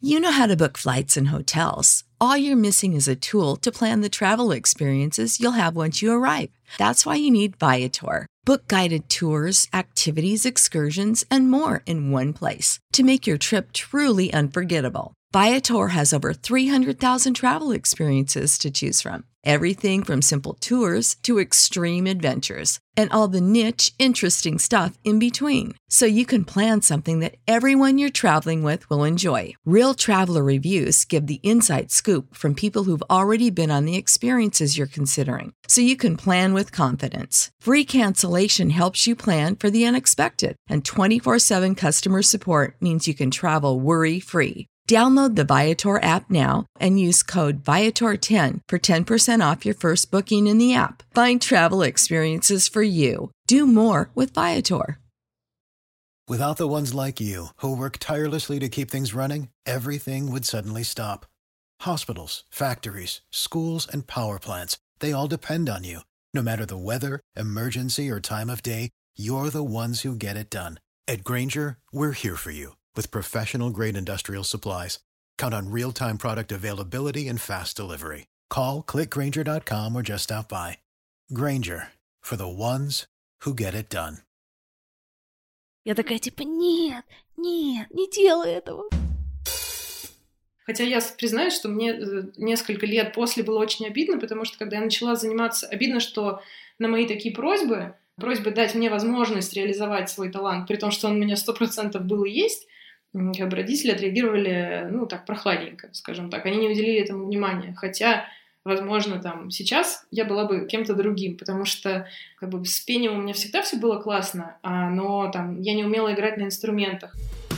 You know how to book flights and hotels. All you're missing is a tool to plan the travel experiences you'll have once you arrive. That's why you need Viator. Book guided tours, activities, excursions, and more in one place to make your trip truly unforgettable. Viator has over 300,000 travel experiences to choose from. Everything from simple tours to extreme adventures and all the niche, interesting stuff in between. So you can plan something that everyone you're traveling with will enjoy. Real traveler reviews give the inside scoop from people who've already been on the experiences you're considering. So you can plan with confidence. Free cancellation helps you plan for the unexpected. And 24/7 customer support means you can travel worry-free. Download the Viator app now and use code Viator10 for 10% off your first booking in the app. Find travel experiences for you. Do more with Viator. Without the ones like you, who work tirelessly to keep things running, everything would suddenly stop. Hospitals, factories, schools, and power plants, they all depend on you. No matter the weather, emergency, or time of day, you're the ones who get it done. At Grainger, we're here for you with professional-grade industrial supplies. Count on real-time product availability and fast delivery. Call, click Grainger.com, or just stop by. Grainger, for the ones who get it done. Я такая, типа, нет, не делай этого. Хотя я признаюсь, что мне несколько лет после было очень обидно, потому что когда я начала заниматься... Обидно, что на мои такие просьбы дать мне возможность реализовать свой талант, при том, что он у меня 100% был и есть, как бы родители отреагировали, так, прохладненько, скажем так. Они не уделили этому внимания. Хотя, возможно, там, сейчас я была бы кем-то другим, потому что, как бы, с пением у меня всегда все было классно, но, там, я не умела играть на инструментах.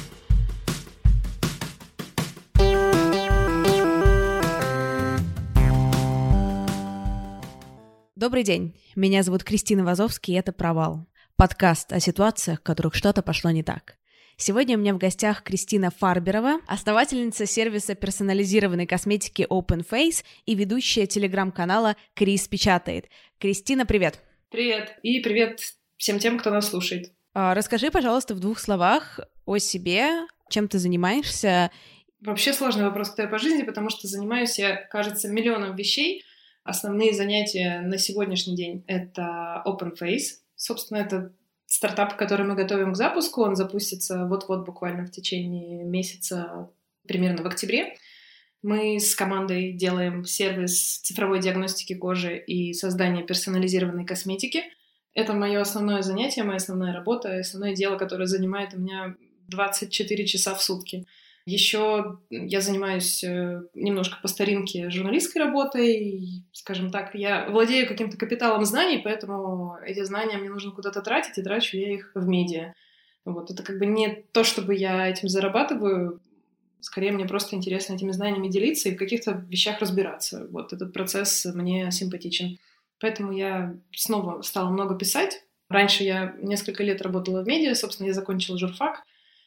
Добрый день, меня зовут Кристина Вазовский, и это «Провал» — подкаст о ситуациях, в которых что-то пошло не так. Сегодня у меня в гостях Кристина Фарберова, основательница сервиса персонализированной косметики Open Face и ведущая телеграм-канала Крис Печатает. Кристина, привет! Привет! И привет всем тем, кто нас слушает. Расскажи, пожалуйста, в 2 словах о себе, чем ты занимаешься. Вообще сложный вопрос, кто я по жизни, потому что занимаюсь я, кажется, миллионом вещей. Основные занятия на сегодняшний день — это Open Face. Собственно, это стартап, который мы готовим к запуску. Он запустится вот-вот буквально в течение месяца, примерно в октябре. Мы с командой делаем сервис цифровой диагностики кожи и создания персонализированной косметики. Это мое основное занятие, моя основная работа, основное дело, которое занимает у меня 24 часа в сутки. Еще я занимаюсь немножко по старинке журналистской работой, скажем так, я владею каким-то капиталом знаний, поэтому эти знания мне нужно куда-то тратить, и трачу я их в медиа. Вот. Это как бы не то, чтобы я этим зарабатываю, скорее мне просто интересно этими знаниями делиться и в каких-то вещах разбираться. Вот этот процесс мне симпатичен. Поэтому я снова стала много писать. Раньше я несколько лет работала в медиа, собственно, я закончила журфак.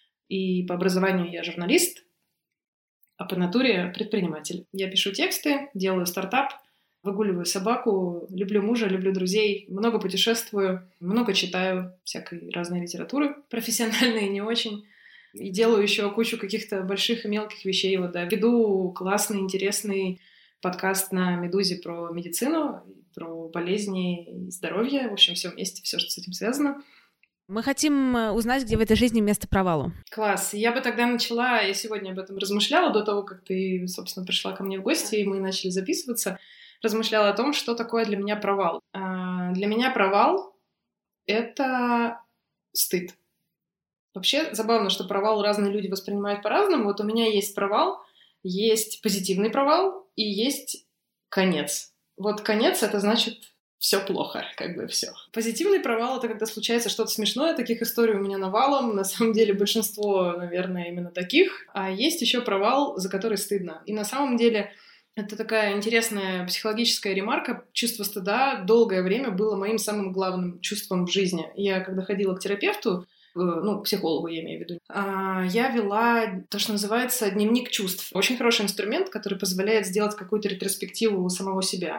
И по образованию я журналист, а по натуре предприниматель. Я пишу тексты, делаю стартап, выгуливаю собаку, люблю мужа, люблю друзей, много путешествую, много читаю всякой разной литературы, профессиональной и не очень. И делаю еще кучу каких-то больших и мелких вещей. Вот, да. Веду классный, интересный подкаст на «Медузе» про медицину, про болезни и здоровье. В общем, все вместе, все, что с этим связано. Мы хотим узнать, где в этой жизни место провалу. Класс. Я бы тогда начала, я сегодня об этом размышляла до того, как ты, собственно, пришла ко мне в гости, и мы начали записываться. Размышляла о том, что такое для меня провал. Для меня провал — это стыд. Вообще забавно, что провал разные люди воспринимают по-разному. Вот у меня есть провал, есть позитивный провал и есть конец. Вот конец — это значит... все плохо, как бы все. Позитивный провал — это когда случается что-то смешное, таких историй у меня навалом, на самом деле большинство, наверное, именно таких. А есть еще провал, за который стыдно. И на самом деле это такая интересная психологическая ремарка. Чувство стыда долгое время было моим самым главным чувством в жизни. Я, когда ходила к терапевту, психологу я имею в виду, я вела то, что называется дневник чувств. Очень хороший инструмент, который позволяет сделать какую-то ретроспективу самого себя.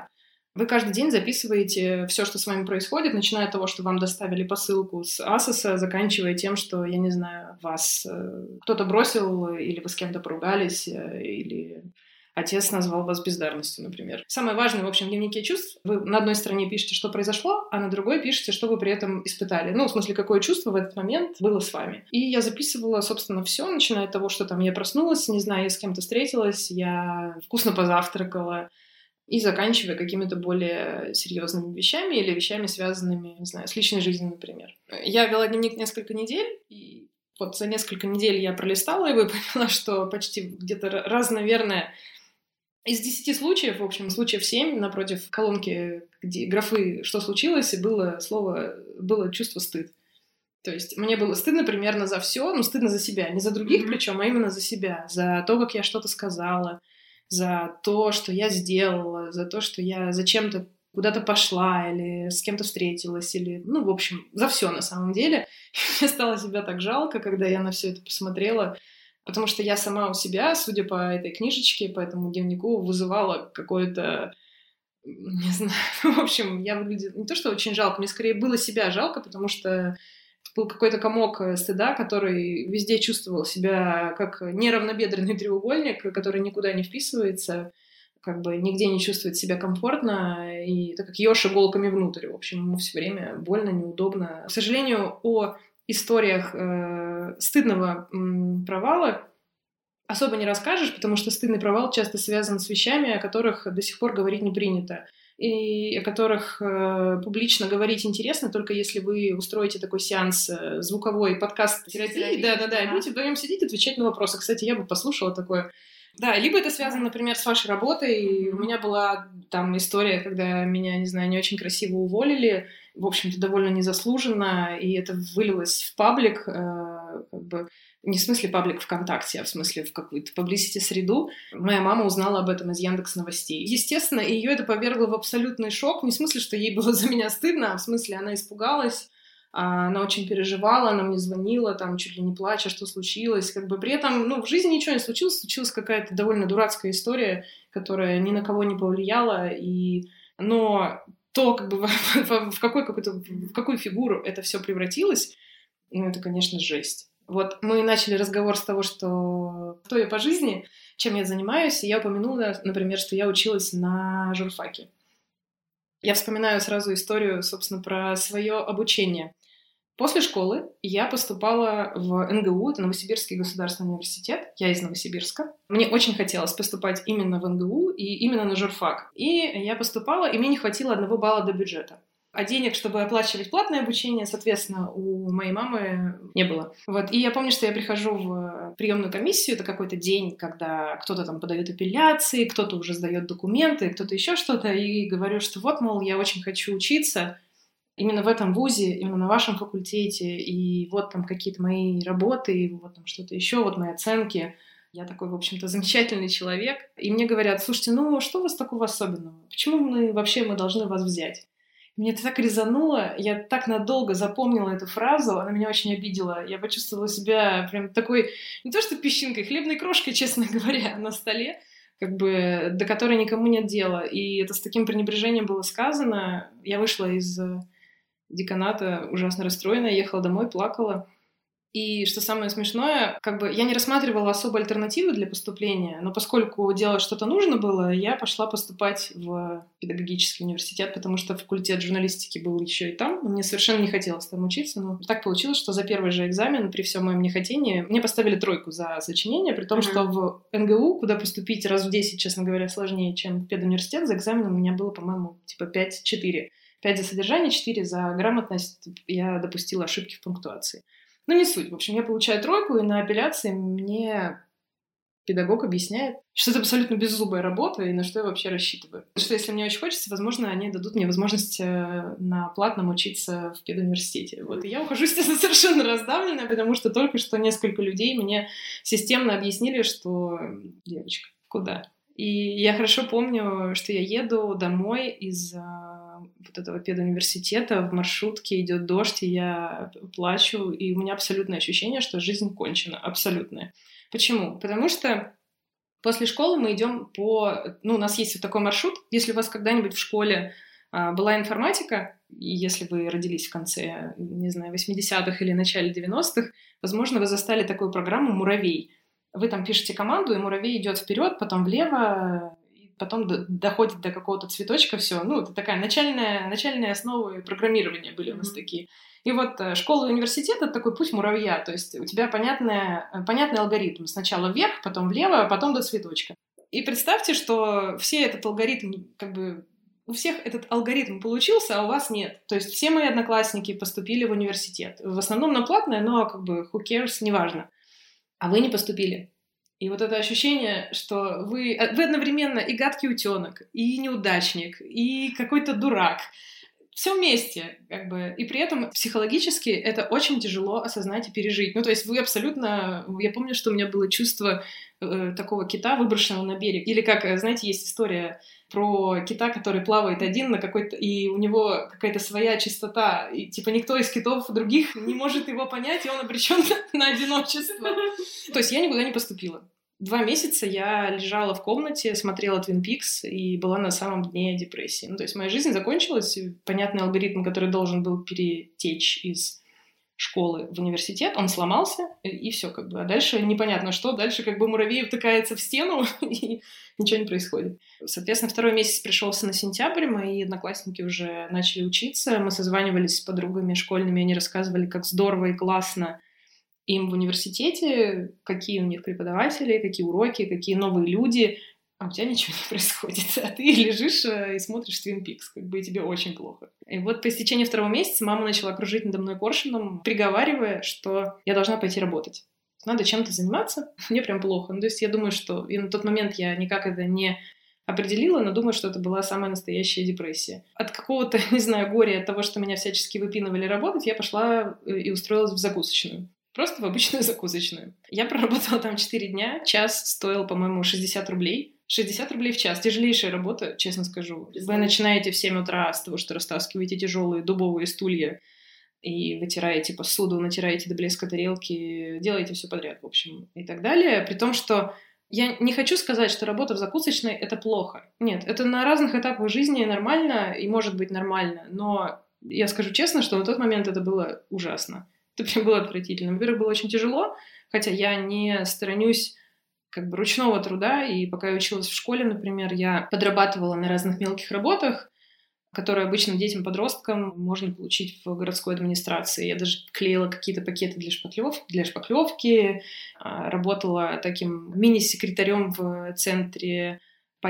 Вы каждый день записываете все, что с вами происходит, начиная от того, что вам доставили посылку с Асоса, заканчивая тем, что, я не знаю, вас кто-то бросил, или вы с кем-то поругались, или отец назвал вас бездарностью, например. Самое важное, в общем, в дневнике чувств, вы на одной стороне пишете, что произошло, а на другой пишете, что вы при этом испытали. Ну, в смысле, какое чувство в этот момент было с вами. И я записывала, собственно, все, начиная от того, что там я проснулась, не знаю, я с кем-то встретилась, я вкусно позавтракала, и заканчивая какими-то более серьезными вещами или вещами, связанными, не знаю, с личной жизнью, например. Я вела дневник несколько недель, и вот за несколько недель я пролистала его и поняла, что почти где-то раз, наверное, из 10 случаев, в общем, случаев 7, напротив колонки, где графы «что случилось», было чувство стыд. То есть мне было стыдно примерно за все, но стыдно за себя. Не за других причем, а именно за себя. За то, как я что-то сказала, за то, что я сделала, за то, что я зачем-то куда-то пошла или с кем-то встретилась, или, ну, в общем, за все на самом деле. Мне стало себя так жалко, когда я на все это посмотрела, потому что я сама у себя, судя по этой книжечке, по этому дневнику, вызывала какое-то, не знаю, в общем, я выглядела не то, что очень жалко, мне скорее было себя жалко, потому что был какой-то комок стыда, который везде чувствовал себя как неравнобедренный треугольник, который никуда не вписывается, как бы нигде не чувствует себя комфортно, и это как еж иголками внутрь. В общем, ему все время больно, неудобно. К сожалению, о историях стыдного провала особо не расскажешь, потому что стыдный провал часто связан с вещами, о которых до сих пор говорить не принято, и о которых публично говорить интересно, только если вы устроите такой сеанс звуковой, подкаст-терапии. Да-да-да, и будете вдвоем сидеть, отвечать на вопросы. Кстати, я бы послушала такое. Да, либо это связано, например, с вашей работой. И у меня была там история, когда меня, не знаю, не очень красиво уволили, в общем-то, довольно незаслуженно, и это вылилось в паблик, как бы, не в смысле паблик ВКонтакте, а в смысле в какую-то publicity среду. Моя мама узнала об этом из Яндекс.Новостей. Естественно, ее это повергло в абсолютный шок, не в смысле, что ей было за меня стыдно, а в смысле, она испугалась, она очень переживала, она мне звонила, там, чуть ли не плача, что случилось. Как бы при этом, ну, в жизни ничего не случилось, случилась какая-то довольно дурацкая история, которая ни на кого не повлияла, но то, как бы, в какую фигуру это все превратилось, ну, это, конечно, жесть. Вот мы начали разговор с того, что кто я по жизни, чем я занимаюсь, и я упомянула, например, что я училась на журфаке. Я вспоминаю сразу историю, собственно, про свое обучение. После школы я поступала в НГУ, это Новосибирский государственный университет, я из Новосибирска. Мне очень хотелось поступать именно в НГУ и именно на журфак. И я поступала, и мне не хватило 1 балла до бюджета. А денег, чтобы оплачивать платное обучение, соответственно, у моей мамы не было. Вот. И я помню, что я прихожу в приемную комиссию, это какой-то день, когда кто-то там подает апелляции, кто-то уже сдает документы, кто-то еще что-то, и говорю, что вот, мол, я очень хочу учиться именно в этом вузе, именно на вашем факультете, и вот там какие-то мои работы, и вот там что-то еще, вот мои оценки. Я такой, в общем-то, замечательный человек. И мне говорят, слушайте, ну что у вас такого особенного? Почему мы должны вас взять? Мне это так резануло, я так надолго запомнила эту фразу, она меня очень обидела. Я почувствовала себя прям такой, не то что песчинкой, хлебной крошкой, честно говоря, на столе, как бы до которой никому нет дела. И это с таким пренебрежением было сказано. Я вышла из деканата ужасно расстроенная, ехала домой, плакала. И что самое смешное, как бы я не рассматривала особо альтернативы для поступления, но поскольку делать что-то нужно было, я пошла поступать в педагогический университет, потому что факультет журналистики был еще и там. Мне совершенно не хотелось там учиться, но так получилось, что за первый же экзамен, при всем моем нехотении, мне поставили 3 за сочинение, при том, что в НГУ, куда поступить раз в 10, честно говоря, сложнее, чем в педуниверситет, за экзаменом у меня было, по-моему, типа 5-4. 5 за содержание, 4 за грамотность. Я допустила ошибки в пунктуации. Ну, не суть. В общем, я получаю 3, и на апелляции мне педагог объясняет, что это абсолютно беззубая работа, и на что я вообще рассчитываю. Что если мне очень хочется, возможно, они дадут мне возможность на платном учиться в педуниверситете. Вот. И я ухожу, естественно, совершенно раздавленная, потому что только что несколько людей мне системно объяснили, что девочка, куда? И я хорошо помню, что я еду домой из вот этого педуниверситета, в маршрутке идет дождь, и я плачу, и у меня абсолютное ощущение, что жизнь кончена, абсолютное. Почему? Потому что После школы мы идем ну, у нас есть вот такой маршрут. Если у вас когда-нибудь в школе была информатика, и если вы родились в конце, не знаю, 80-х или начале 90-х, возможно, вы застали такую программу «Муравей». Вы там пишете команду, и муравей идет вперед, потом влево, и потом доходит до какого-то цветочка, все. Ну, это такая начальные основы программирования были у нас такие. И вот школа и университет — это такой путь муравья, то есть у тебя понятный алгоритм. Сначала вверх, потом влево, а потом до цветочка. И представьте, что все этот алгоритм, как бы, у всех этот алгоритм получился, а у вас нет. То есть все мои одноклассники поступили в университет. В основном на платное, но как бы who cares, неважно. А вы не поступили. И вот это ощущение, что вы одновременно и гадкий утенок, и неудачник, и какой-то дурак. Все вместе, как бы. И при этом психологически это очень тяжело осознать и пережить. Ну, то есть вы абсолютно... Я помню, что у меня было чувство такого кита, выброшенного на берег. Или как, знаете, есть история про кита, который плавает один на какой-то... И у него какая-то своя чистота. И типа никто из китов других не может его понять, и он обречен на одиночество. То есть я никуда не поступила. 2 месяца я лежала в комнате, смотрела Twin Peaks и была на самом дне депрессии. Ну, то есть моя жизнь закончилась, понятный алгоритм, который должен был перетечь из школы в университет, он сломался, и все как бы. А дальше непонятно что, дальше как бы муравей втыкается в стену, и ничего не происходит. Соответственно, 2-й месяц пришелся на сентябрь, мои одноклассники уже начали учиться, мы созванивались с подругами школьными, они рассказывали, как здорово и классно им в университете, какие у них преподаватели, какие уроки, какие новые люди, а у тебя ничего не происходит. А ты лежишь и смотришь Twin Peaks, как бы, и тебе очень плохо. И вот по истечении 2-го месяца мама начала кружить надо мной коршуном, приговаривая, что я должна пойти работать. Надо чем-то заниматься, мне прям плохо. Ну, то есть я думаю, что... И на тот момент я никак это не определила, но думаю, что это была самая настоящая депрессия. От какого-то, не знаю, горя, от того, что меня всячески выпинывали работать, я пошла и устроилась в закусочную. Просто в обычную закусочную. Я проработала там 4 дня. Час стоил, по-моему, 60 рублей. 60 рублей в час. Тяжелейшая работа, честно скажу. Вы начинаете в 7 утра с того, что растаскиваете тяжелые дубовые стулья и вытираете посуду, натираете до блеска тарелки, делаете все подряд, в общем, и так далее. При том, что я не хочу сказать, что работа в закусочной — это плохо. Нет, это на разных этапах жизни нормально и может быть нормально. Но я скажу честно, что на тот момент это было ужасно. Это прям было отвратительно. Во-первых, было очень тяжело, хотя я не сторонюсь как бы ручного труда, и пока я училась в школе, например, я подрабатывала на разных мелких работах, которые обычно детям-подросткам можно получить в городской администрации. Я даже клеила какие-то пакеты для шпаклевки, работала таким мини-секретарем в центре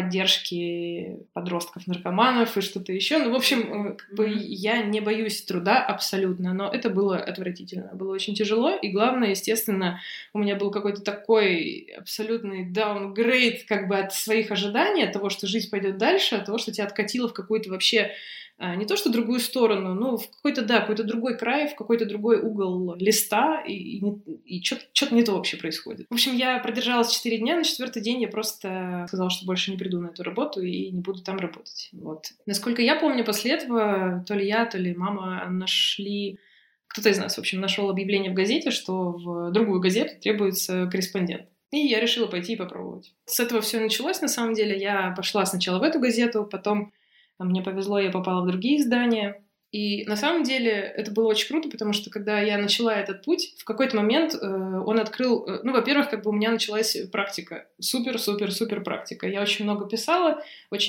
поддержки подростков-наркоманов и что-то еще. Ну, в общем, как бы я не боюсь труда абсолютно, но это было отвратительно. Было очень тяжело, и главное, естественно, у меня был какой-то такой абсолютный даунгрейд как бы от своих ожиданий, от того, что жизнь пойдет дальше, от того, что тебя откатило в какую-то вообще не то что другую сторону, но в какой-то, да, какой-то другой край, в какой-то другой угол листа, и что-то не то вообще происходит. В общем, я продержалась 4 дня, на 4-й день я просто сказала, что больше не приду на эту работу и не буду там работать. Вот. Насколько я помню, после этого то ли я, то ли мама нашли... Кто-то из нас, в общем, нашел объявление в газете, что в другую газету требуется корреспондент. И я решила пойти и попробовать. С этого все началось, на самом деле. Я пошла сначала в эту газету, потом мне повезло, я попала в другие издания. И на самом деле это было очень круто, потому что когда я начала этот путь, в какой-то момент он открыл... Ну, во-первых, как бы у меня началась практика. Супер-супер-супер практика. Я очень много писала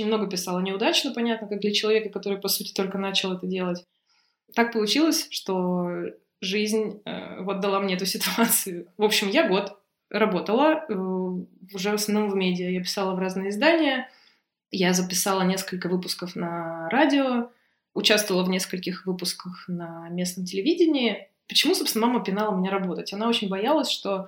неудачно, понятно, как для человека, который, по сути, только начал это делать. Так получилось, что жизнь вот дала мне эту ситуацию. В общем, я год работала уже в основном в медиа. Я писала в разные издания. Я записала несколько выпусков на радио, участвовала в нескольких выпусках на местном телевидении. Почему, собственно, мама пинала меня работать? Она очень боялась, что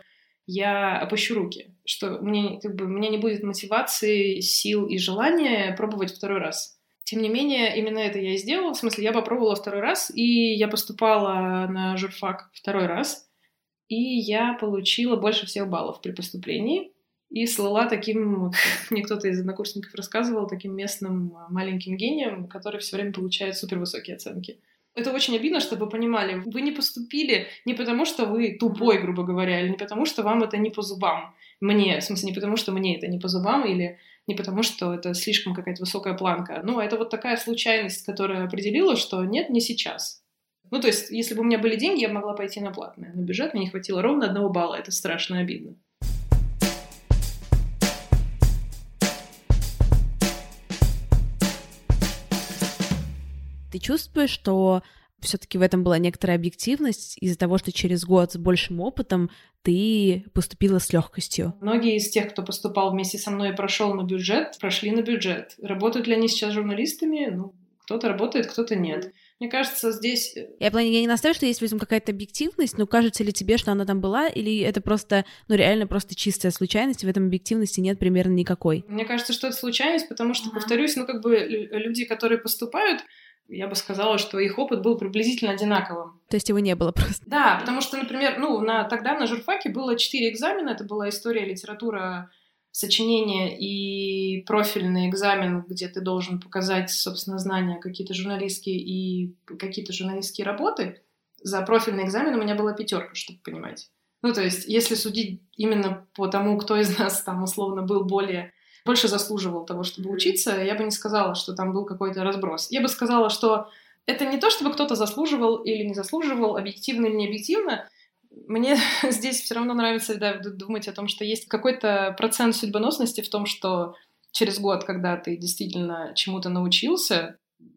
я опущу руки, что мне не будет мотивации, сил и желания пробовать 2-й раз. Тем не менее, именно это я и сделала. В смысле, я попробовала 2-й раз, и я поступала на журфак 2-й раз, и я получила больше всех баллов при поступлении. И слыла таким, мне кто-то из однокурсников рассказывал, таким местным маленьким гением, который все время получает супервысокие оценки. Это очень обидно, чтобы вы понимали, вы не поступили не потому, что вы тупой, грубо говоря, или не потому, что вам это не по зубам. Мне, в смысле, не потому, что мне это не по зубам, или не потому, что это слишком какая-то высокая планка. Ну, это вот такая случайность, которая определила, что нет, не сейчас. Ну, то есть, если бы у меня были деньги, я бы могла пойти на платное. На бюджет мне не хватило ровно 1 балла. Это страшно обидно. Ты чувствуешь, что все-таки в этом была некоторая объективность из-за того, что через год с большим опытом ты поступила с легкостью? Многие из тех, кто поступал вместе со мной и прошел на бюджет, прошли на бюджет. Работают ли они сейчас журналистами? Ну, кто-то работает, кто-то нет. Мне кажется, здесь... Я не настаиваю, что есть в этом какая-то объективность, но кажется ли тебе, что она там была, или это просто, реально просто чистая случайность, и в этом объективности нет примерно никакой? Мне кажется, что это случайность, потому что, повторюсь, люди, которые поступают, я бы сказала, что их опыт был приблизительно одинаковым. То есть его не было просто? Да, потому что, например, тогда на журфаке было 4 экзамена. Это была история, литература, сочинение и профильный экзамен, где ты должен показать, собственно, знания какие-то журналистские и какие-то журналистские работы. За профильный экзамен у меня была 5, чтобы понимать. Ну, то есть, если судить именно по тому, кто из нас там условно был больше заслуживал того, чтобы учиться, я бы не сказала, что там был какой-то разброс. Я бы сказала, что это не то, чтобы кто-то заслуживал или не заслуживал, объективно или не объективно. Мне здесь все равно нравится думать о том, что есть какой-то процент судьбоносности в том, что через год, когда ты действительно чему-то научился,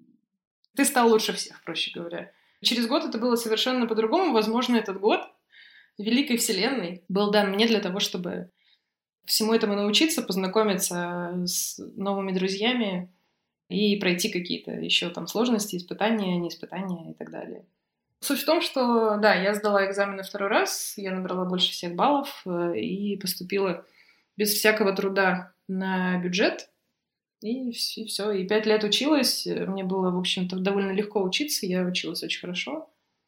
ты стал лучше всех, проще говоря. Через год это было совершенно по-другому. Возможно, этот год великой вселенной был дан мне для того, чтобы всему этому научиться, познакомиться с новыми друзьями и пройти какие-то еще там сложности, испытания, неиспытания и так далее. Суть в том, что, да, я сдала экзамены 2 раз, я набрала больше всех баллов и поступила без всякого труда на бюджет. И все. И 5 лет училась. Мне было, в общем-то, довольно легко учиться. Я училась очень хорошо.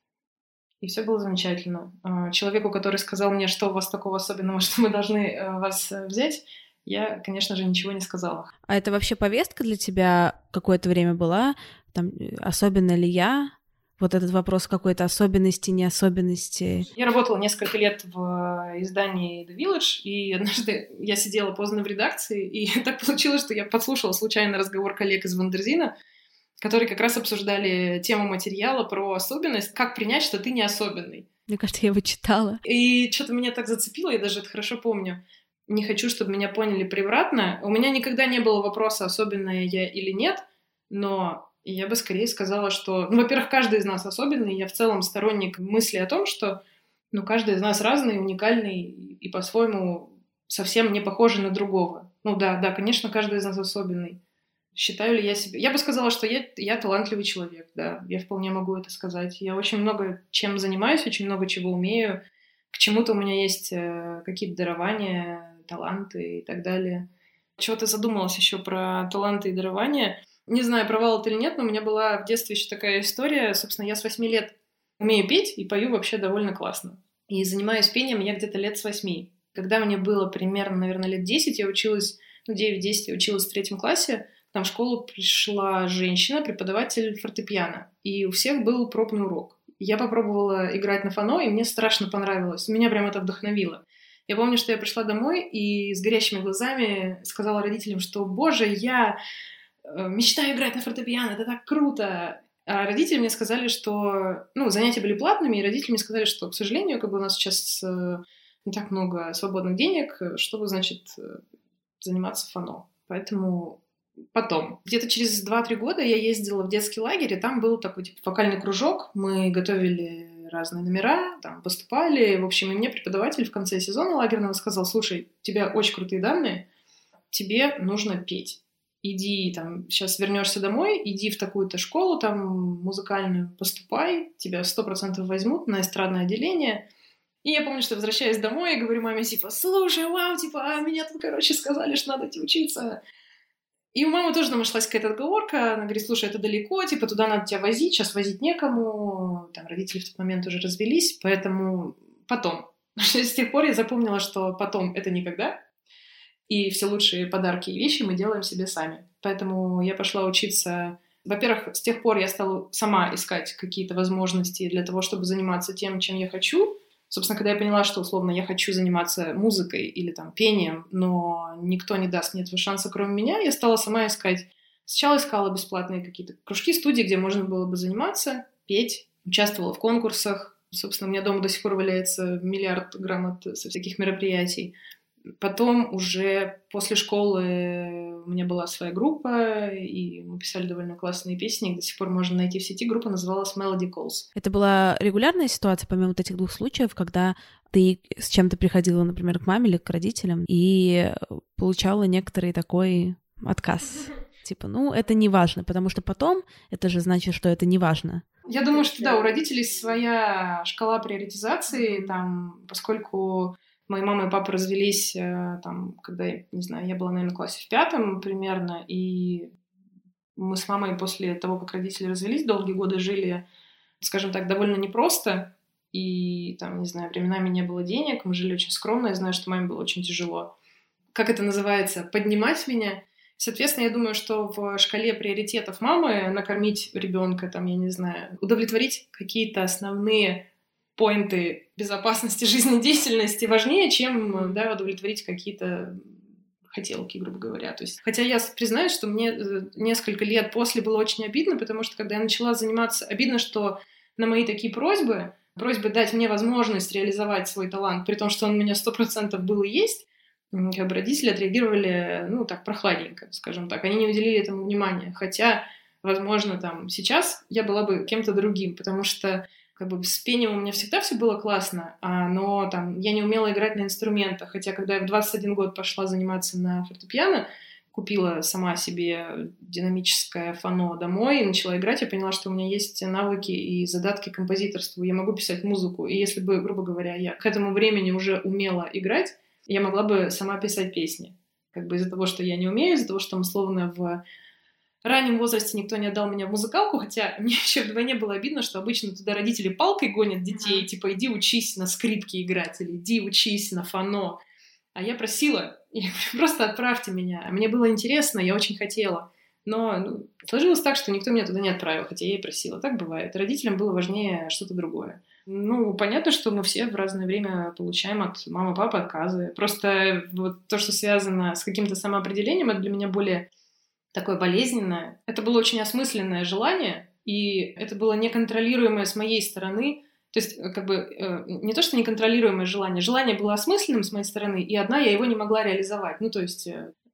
И все было замечательно. Человеку, который сказал мне, что у вас такого особенного, что мы должны вас взять, я, конечно же, ничего не сказала. А это вообще повестка для тебя какое-то время была? Там, особенно ли я? Вот этот вопрос какой-то особенности, неособенности. Я работала несколько лет в издании The Village, и однажды я сидела поздно в редакции, и так получилось, что я подслушала случайно разговор коллег из Вандерзина, которые как раз обсуждали тему материала про особенность, как принять, что ты не особенный. Мне кажется, я его читала. И что-то меня так зацепило, я даже это хорошо помню. Не хочу, чтобы меня поняли превратно. У меня никогда не было вопроса, особенная я или нет, но я бы скорее сказала, что... во-первых, каждый из нас особенный. Я в целом сторонник мысли о том, что каждый из нас разный, уникальный и по-своему совсем не похожий на другого. Да, конечно, каждый из нас особенный. Считаю ли я себя... Я бы сказала, что я талантливый человек, да, я вполне могу это сказать. Я очень много чем занимаюсь, очень много чего умею. К чему-то у меня есть какие-то дарования, таланты и так далее. Чего-то задумалась еще про таланты и дарования. Не знаю, провал это или нет, но у меня была в детстве еще такая история. Собственно, я с 8 лет умею петь и пою вообще довольно классно. И занимаюсь пением я где-то лет с 8. Когда мне было примерно, наверное, лет 10, я училась, 9-10, я училась в 3 классе. К нам в школу пришла женщина, преподаватель фортепиано, и у всех был пробный урок. Я попробовала играть на фано, и мне страшно понравилось. Меня прям это вдохновило. Я помню, что я пришла домой и с горящими глазами сказала родителям, что, боже, я мечтаю играть на фортепиано, это так круто. А родители мне сказали, что... занятия были платными, и родители мне сказали, что, к сожалению, у нас сейчас не так много свободных денег, чтобы, заниматься фано. Поэтому... Потом, где-то через 2-3 года я ездила в детский лагерь, и там был такой вокальный кружок. Мы готовили разные номера, там поступали. В общем, и мне преподаватель в конце сезона лагерного сказал: слушай, у тебя очень крутые данные, тебе нужно петь. Иди, сейчас вернешься домой, иди в такую-то школу музыкальную, поступай, тебя 100% возьмут на эстрадное отделение. И я помню, что возвращаюсь домой и говорю маме, слушай, вау, меня тут, сказали, что надо идти учиться. И у мамы тоже нашлась какая-то отговорка. Она говорит: слушай, это далеко, туда надо тебя возить, сейчас возить некому. Родители в тот момент уже развелись, поэтому потом. С тех пор я запомнила, что потом — это никогда. И все лучшие подарки и вещи мы делаем себе сами. Поэтому я пошла учиться Во-первых, с тех пор я стала сама искать какие-то возможности для того, чтобы заниматься тем, чем я хочу. Собственно, когда я поняла, что, условно, я хочу заниматься музыкой или там пением, но никто не даст мне этого шанса, кроме меня, я стала сама искать. Сначала искала бесплатные какие-то кружки, студии, где можно было бы заниматься, петь, участвовала в конкурсах. Собственно, у меня дома до сих пор валяется миллиард грамот со всяких мероприятий. Потом уже после школы у меня была своя группа, и мы писали довольно классные песни, их до сих пор можно найти в сети. Группа называлась Melody Calls. Это была регулярная ситуация, помимо вот этих 2 случаев, когда ты с чем-то приходила, например, к маме или к родителям, и получала некоторый такой отказ? Типа, это не важно, потому что потом это же значит, что это не важно. Я думаю, что да, у родителей своя шкала приоритизации, там, поскольку мои мама и папа развелись, там, когда, не знаю, я была, наверное, в классе в 5 примерно, и мы с мамой после того, как родители развелись, долгие годы жили, скажем так, довольно непросто, и там, не знаю, временами не было денег, мы жили очень скромно, я знаю, что маме было очень тяжело. Как это называется? Поднимать меня. Соответственно, я думаю, что в шкале приоритетов мамы накормить ребенка, там, я не знаю, удовлетворить какие-то основные поинты безопасности жизнедеятельности важнее, чем, да, удовлетворить какие-то хотелки, грубо говоря. То есть, хотя я признаюсь, что мне несколько лет после было очень обидно, потому что когда я начала заниматься, обидно, что на мои такие просьбы дать мне возможность реализовать свой талант, при том, что он у меня 100% был и есть, как бы родители отреагировали, так, прохладненько, скажем так. Они не уделили этому внимания. Хотя, возможно, там, сейчас я была бы кем-то другим, потому что как бы с пением у меня всегда все было классно, но там я не умела играть на инструментах. Хотя, когда я в 21 год пошла заниматься на фортепиано, купила сама себе динамическое фано домой и начала играть, я поняла, что у меня есть навыки и задатки к композиторству. Я могу писать музыку. И если бы, грубо говоря, я к этому времени уже умела играть, я могла бы сама писать песни. Как бы из-за того, что я не умею, из-за того, что, условно, в раннем возрасте никто не отдал меня в музыкалку, хотя мне еще вдвойне было обидно, что обычно туда родители палкой гонят детей, типа, иди учись на скрипке играть, или иди учись на фано. А я просила, я говорю, просто отправьте меня. Мне было интересно, я очень хотела. Но сложилось так, что никто меня туда не отправил, хотя я и просила. Так бывает. Родителям было важнее что-то другое. Понятно, что мы все в разное время получаем от мамы, папы отказы. Просто вот то, что связано с каким-то самоопределением, это для меня более такое болезненное. Это было очень осмысленное желание, и это было неконтролируемое с моей стороны. То есть, как бы, не то, что неконтролируемое желание. Желание было осмысленным с моей стороны, и одна я его не могла реализовать. То есть,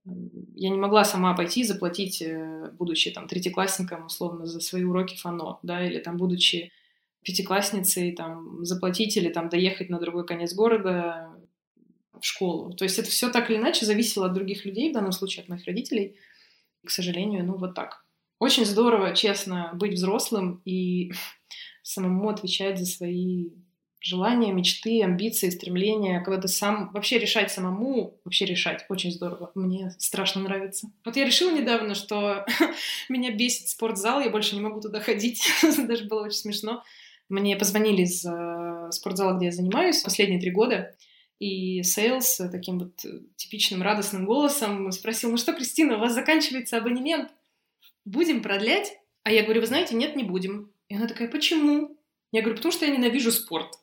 я не могла сама пойти и заплатить, будучи там третьеклассником, условно, за свои уроки фано, да, или там, будучи пятиклассницей, там, заплатить или там доехать на другой конец города в школу. То есть это все так или иначе зависело от других людей, в данном случае от моих родителей. К сожалению, вот так. Очень здорово, честно, быть взрослым и самому отвечать за свои желания, мечты, амбиции, стремления. Когда ты сам вообще решать самому, вообще решать, очень здорово. Мне страшно нравится. Вот я решила недавно, что меня бесит спортзал, я больше не могу туда ходить. Даже было очень смешно. Мне позвонили из спортзала, где я занимаюсь последние 3 года, и сейлс таким вот типичным радостным голосом спросил: что, Кристина, у вас заканчивается абонемент? Будем продлять? А я говорю: вы знаете, нет, не будем. И она такая: почему? Я говорю: потому что я ненавижу спорт.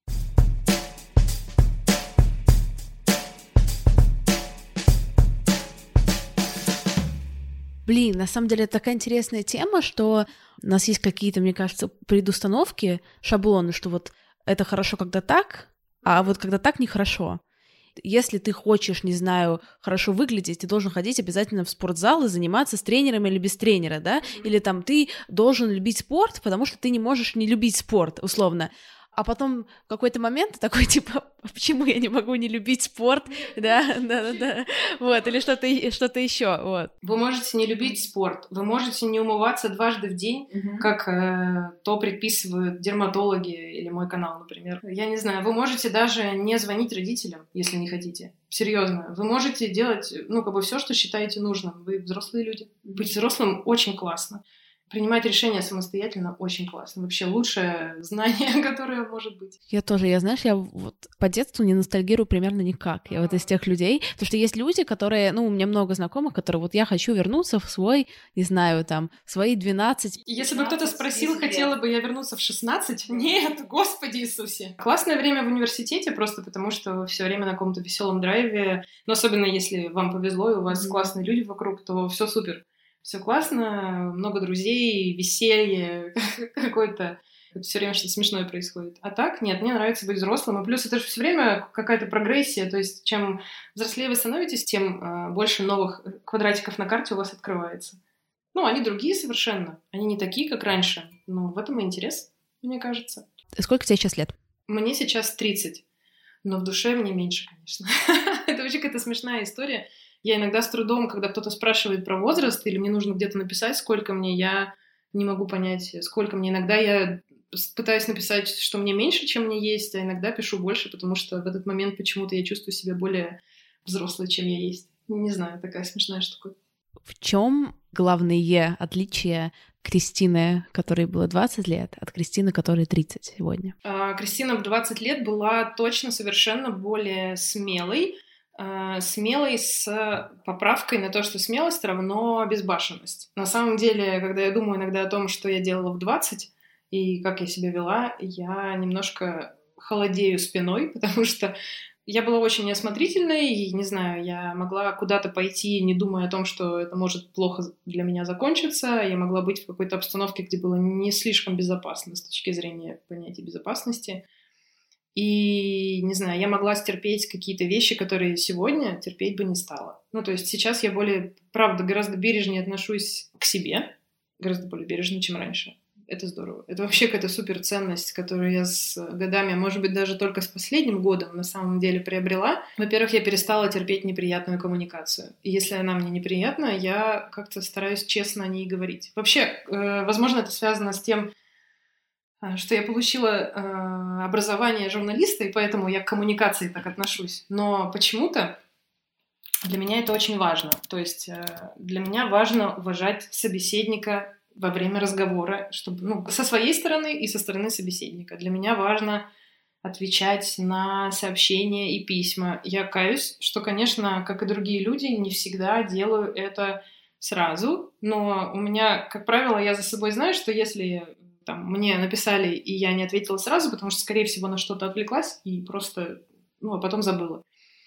Блин, на самом деле это такая интересная тема, что у нас есть какие-то, мне кажется, предустановки, шаблоны, что вот это хорошо, когда так, а вот когда так нехорошо. Если ты хочешь, не знаю, хорошо выглядеть, ты должен ходить обязательно в спортзал и заниматься с тренером или без тренера, да? Или там ты должен любить спорт, потому что ты не можешь не любить спорт, условно. А потом в какой-то момент такой, типа, почему я не могу не любить спорт, да, вот, или что-то еще, вот. Вы можете не любить спорт, вы можете не умываться 2 раза в день, как то предписывают дерматологи или мой канал, например. Я не знаю, вы можете даже не звонить родителям, если не хотите. Серьезно, вы можете делать, все, что считаете нужным. Вы взрослые люди. Быть взрослым очень классно. принимать решения самостоятельно очень классно. Вообще лучшее знание, которое может быть. Я тоже, я вот по детству не ностальгирую примерно никак. Я вот из тех людей, потому что есть люди, которые, у меня много знакомых, которые вот я хочу вернуться в свой, не знаю, там, свои 12. Если бы кто-то спросил, хотела бы я вернуться в 16? Нет, Господи Иисусе. Классное время в университете, просто потому что вы все время на каком-то веселом драйве, но особенно если вам повезло и у вас классные люди вокруг, то все супер. Все классно, много друзей, веселье какое-то. Все время что-то смешное происходит. А так, нет, мне нравится быть взрослым. И плюс это же все время какая-то прогрессия. То есть, чем взрослее вы становитесь, тем больше новых квадратиков на карте у вас открывается. Они другие совершенно. Они не такие, как раньше. Но в этом и интерес, мне кажется. Сколько тебе сейчас лет? Мне сейчас 30. Но в душе мне меньше, конечно. Это вообще какая-то смешная история. Я иногда с трудом, когда кто-то спрашивает про возраст, или мне нужно где-то написать, сколько мне, я не могу понять, сколько мне. Иногда я пытаюсь написать, что мне меньше, чем мне есть, а иногда пишу больше, потому что в этот момент почему-то я чувствую себя более взрослой, чем я есть. Не знаю, такая смешная штука. В чем главные отличия Кристины, которой было 20 лет, от Кристины, которой 30 сегодня? Кристина в 20 лет была точно совершенно более смелой с поправкой на то, что смелость равно безбашенность. На самом деле, когда я думаю иногда о том, что я делала в 20 и как я себя вела, я немножко холодею спиной, потому что я была очень неосмотрительной, и, не знаю, я могла куда-то пойти, не думая о том, что это может плохо для меня закончиться. Я могла быть в какой-то обстановке, где было не слишком безопасно с точки зрения понятия безопасности. И, не знаю, я могла стерпеть какие-то вещи, которые сегодня терпеть бы не стала. То есть сейчас я правда, гораздо бережнее отношусь к себе, гораздо более бережно, чем раньше. Это здорово. Это вообще какая-то суперценность, которую я с годами, может быть, даже только с последним годом на самом деле приобрела. Во-первых, я перестала терпеть неприятную коммуникацию. И если она мне неприятна, я как-то стараюсь честно о ней говорить. Вообще, возможно, это связано с тем, что я получила образование журналиста, и поэтому я к коммуникации так отношусь. Но почему-то для меня это очень важно. То есть для меня важно уважать собеседника во время разговора, чтобы, со своей стороны и со стороны собеседника. Для меня важно отвечать на сообщения и письма. Я каюсь, что, конечно, как и другие люди, не всегда делаю это сразу, но у меня, как правило, я за собой знаю, что если мне написали, и я не ответила сразу, потому что, скорее всего, на что-то отвлеклась и просто, а потом забыла,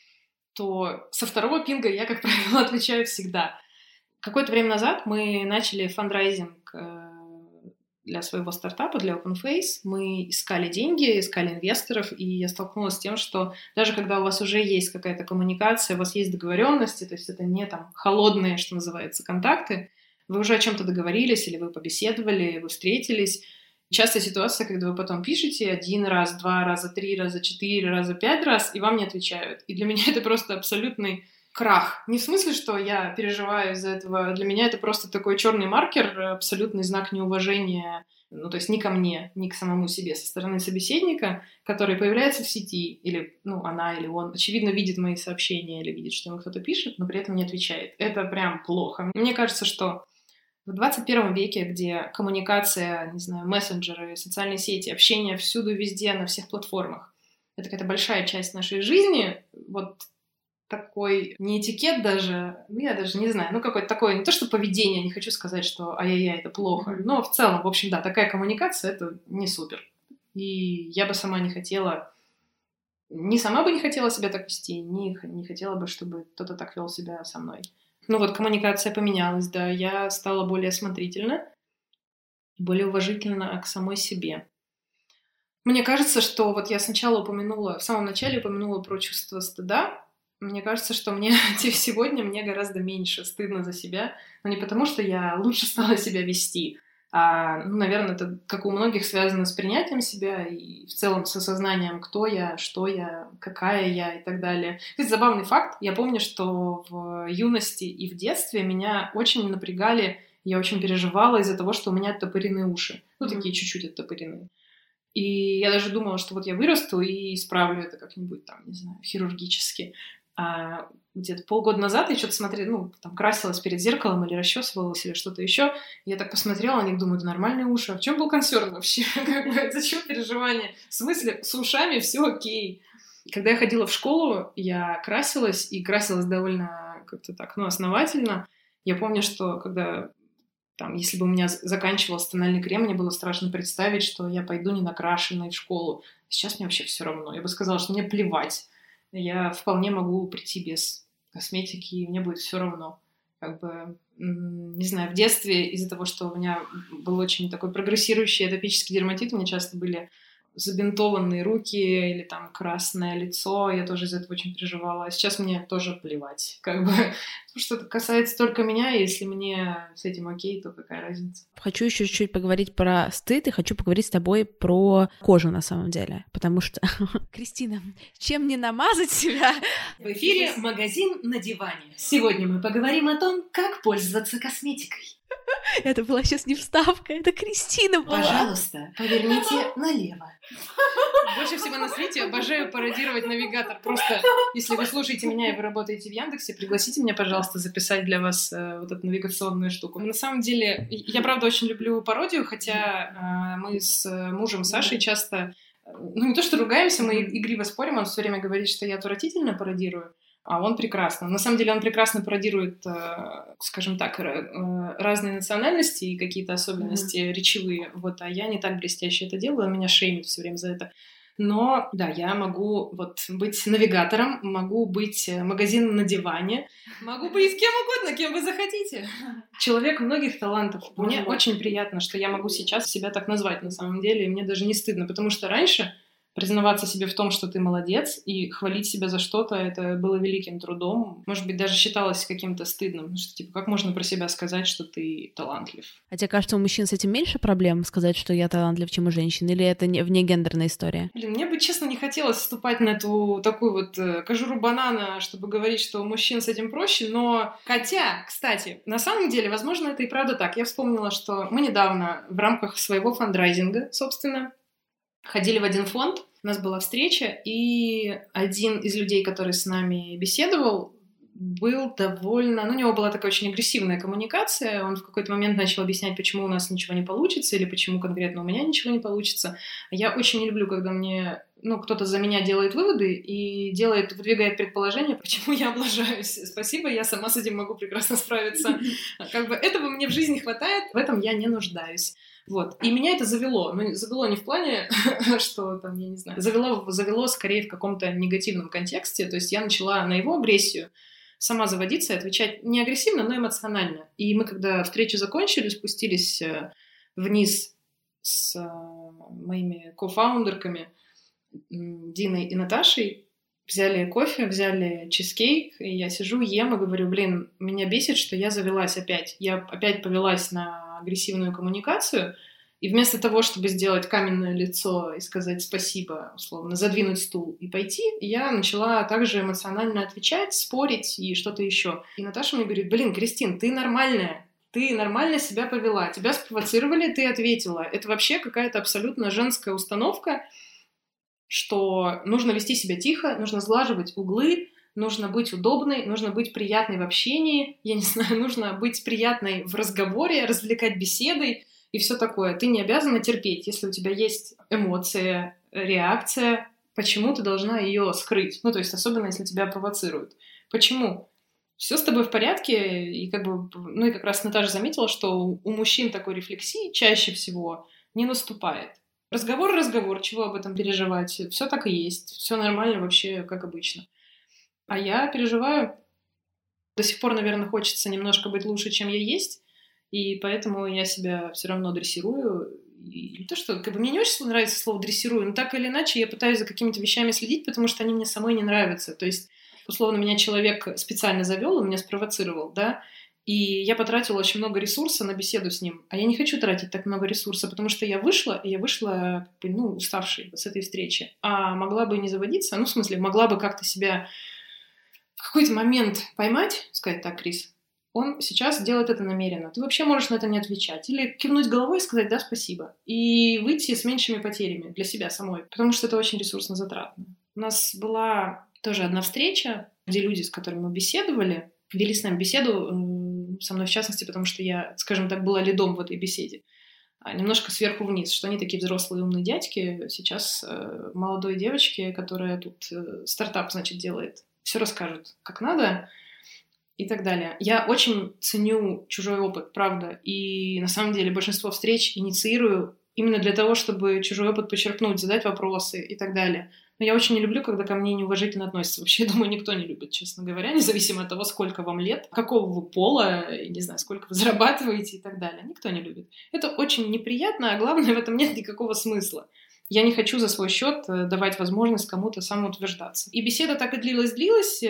то со второго пинга я, как правило, отвечаю всегда. Какое-то время назад мы начали фандрайзинг для своего стартапа, для OpenFace. Мы искали деньги, искали инвесторов, и я столкнулась с тем, что даже когда у вас уже есть какая-то коммуникация, у вас есть договоренности, то есть это не холодные, что называется, контакты, вы уже о чем-то договорились, или вы побеседовали, вы встретились. Частая ситуация, когда вы потом пишете 1 раз, 2 раза, 3 раза, 4 раза, 5 раз, и вам не отвечают. И для меня это просто абсолютный крах. Не в смысле, что я переживаю из-за этого. Для меня это просто такой черный маркер, абсолютный знак неуважения, то есть не ко мне, не к самому себе, со стороны собеседника, который появляется в сети, или, она или он, очевидно, видит мои сообщения или видит, что ему кто-то пишет, но при этом не отвечает. Это прям плохо. Мне кажется, что в 21 веке, где коммуникация, не знаю, мессенджеры, социальные сети, общение всюду, везде, на всех платформах, это какая-то большая часть нашей жизни, такой не этикет даже, я даже не знаю, какое-то такое, не то что поведение, не хочу сказать, что ай-яй-яй, это плохо, но в целом, в общем, да, такая коммуникация, это не супер. И я бы сама не хотела, сама бы не хотела себя так вести, не хотела бы, чтобы кто-то так вел себя со мной. Коммуникация поменялась, да, я стала более осмотрительна, более уважительна к самой себе. Мне кажется, что я сначала в самом начале упомянула про чувство стыда. Мне кажется, что сегодня мне гораздо меньше стыдно за себя, но не потому, что я лучше стала себя вести, а, наверное, это, как у многих, связано с принятием себя и в целом с осознанием, кто я, что я, какая я и так далее. Это забавный факт. Я помню, что в юности и в детстве меня очень напрягали, я очень переживала из-за того, что у меня оттопырены уши. Такие чуть-чуть оттопырены. И я даже думала, что я вырасту и исправлю это как-нибудь не знаю, хирургически. А где-то полгода назад я что-то смотрела, там красилась перед зеркалом или расчесывалась, или что-то еще. Я так посмотрела на них, думаю, да нормальные уши. А в чем был консерн вообще? Зачем переживания? В смысле, с ушами все окей. Когда я ходила в школу, я красилась, и красилась довольно как-то так, основательно. Я помню, что когда, если бы у меня заканчивался тональный крем, мне было страшно представить, что я пойду не накрашенной в школу. Сейчас мне вообще все равно. Я бы сказала, что мне плевать. Я вполне могу прийти без косметики, и мне будет все равно. Не знаю, в детстве из-за того, что у меня был очень такой прогрессирующий атопический дерматит, у меня часто были забинтованные руки или там красное лицо, я тоже из этого очень переживала. А сейчас мне тоже плевать. Потому что это касается только меня, и если мне с этим окей, то какая разница? Хочу еще чуть-чуть поговорить про стыд, и хочу поговорить с тобой про кожу на самом деле, потому что, Кристина, чем не намазать себя? В эфире магазин на диване. Сегодня мы поговорим о том, как пользоваться косметикой. Это была сейчас не вставка, это Кристина была. Пожалуйста, поверните налево. Больше всего на свете обожаю пародировать навигатор. Просто, если вы слушаете меня и вы работаете в Яндексе, пригласите меня, пожалуйста, записать для вас вот эту навигационную штуку. На самом деле, я, правда, очень люблю пародию, хотя мы с мужем Сашей часто, не то что ругаемся, мы игриво спорим, он все время говорит, что я отвратительно пародирую, а он прекрасно. На самом деле он прекрасно пародирует, скажем так, разные национальности и какие-то особенности речевые. А я не так блестяще это делаю, он меня шеймит все время за это. Но, да, я могу быть навигатором, могу быть магазином на диване, могу быть кем угодно, кем вы захотите. Человек многих талантов. Мне очень приятно, что я могу сейчас себя так назвать на самом деле, и мне даже не стыдно, потому что раньше признаваться себе в том, что ты молодец, и хвалить себя за что-то, это было великим трудом. Может быть, даже считалось каким-то стыдным, что, как можно про себя сказать, что ты талантлив? А тебе кажется, у мужчин с этим меньше проблем сказать, что я талантлив, чем у женщин? Или это вне гендерная история? Мне бы, честно, не хотелось вступать на эту такую кожуру банана, чтобы говорить, что у мужчин с этим проще, но... Хотя, кстати, на самом деле, возможно, это и правда так. Я вспомнила, что мы недавно в рамках своего фандрайзинга, собственно, ходили в один фонд, у нас была встреча, и один из людей, который с нами беседовал, был довольно... у него была такая очень агрессивная коммуникация, он в какой-то момент начал объяснять, почему у нас ничего не получится, или почему конкретно у меня ничего не получится. Я очень не люблю, когда мне... кто-то за меня делает выводы и выдвигает предположение, почему я облажаюсь. Спасибо, я сама с этим могу прекрасно справиться. Этого мне в жизни хватает, в этом я не нуждаюсь. И меня это завело. Завело не в плане, что я не знаю, завело скорее в каком-то негативном контексте. То есть я начала на его агрессию сама заводиться и отвечать не агрессивно, но эмоционально. И мы, когда встречу закончили, спустились вниз с моими кофаундерками Диной и Наташей, взяли кофе, взяли чизкейк, и я сижу, ем и говорю, меня бесит, что я завелась опять. Я опять повелась на агрессивную коммуникацию, и вместо того, чтобы сделать каменное лицо и сказать спасибо, условно, задвинуть стул и пойти, я начала также эмоционально отвечать, спорить и что-то еще. И Наташа мне говорит, Кристин, ты нормальная, ты нормально себя повела, тебя спровоцировали, ты ответила. Это вообще какая-то абсолютно женская установка, что нужно вести себя тихо, нужно сглаживать углы, нужно быть удобной, нужно быть приятной в общении, я не знаю, нужно быть приятной в разговоре, развлекать беседой и все такое. Ты не обязана терпеть. Если у тебя есть эмоция, реакция, почему ты должна ее скрыть? То есть особенно, если тебя провоцируют. Почему? Все с тобой в порядке, и и как раз Наташа заметила, что у мужчин такой рефлексии чаще всего не наступает. Разговор, чего об этом переживать? Все так и есть, все нормально вообще, как обычно. А я переживаю. До сих пор, наверное, хочется немножко быть лучше, чем я есть, и поэтому я себя все равно дрессирую. И не то, что мне не очень нравится слово «дрессирую», но так или иначе я пытаюсь за какими-то вещами следить, потому что они мне самой не нравятся. То есть, условно, меня человек специально завел, он меня спровоцировал, да, и я потратила очень много ресурса на беседу с ним. А я не хочу тратить так много ресурса, потому что я вышла уставшей с этой встречи. А могла бы не заводиться, могла бы как-то себя в какой-то момент поймать, сказать так, Крис, он сейчас делает это намеренно. Ты вообще можешь на это не отвечать. Или кивнуть головой и сказать «да, спасибо». И выйти с меньшими потерями для себя самой, потому что это очень ресурсно затратно. У нас была тоже одна встреча, где люди, с которыми мы беседовали, вели с нами беседу, со мной в частности, потому что я, скажем так, была лидом в этой беседе, немножко сверху вниз, что они такие взрослые умные дядьки, сейчас молодой девочке, которая тут стартап, значит, делает, все расскажут, как надо, и так далее. Я очень ценю чужой опыт, правда, и на самом деле большинство встреч инициирую именно для того, чтобы чужой опыт подчеркнуть, задать вопросы и так далее. Но я очень не люблю, когда ко мне неуважительно относятся. Вообще, я думаю, никто не любит, честно говоря, независимо от того, сколько вам лет, какого вы пола, не знаю, сколько вы зарабатываете и так далее. Никто не любит. Это очень неприятно, а главное, в этом нет никакого смысла. Я не хочу за свой счет давать возможность кому-то самоутверждаться. И беседа так и длилась,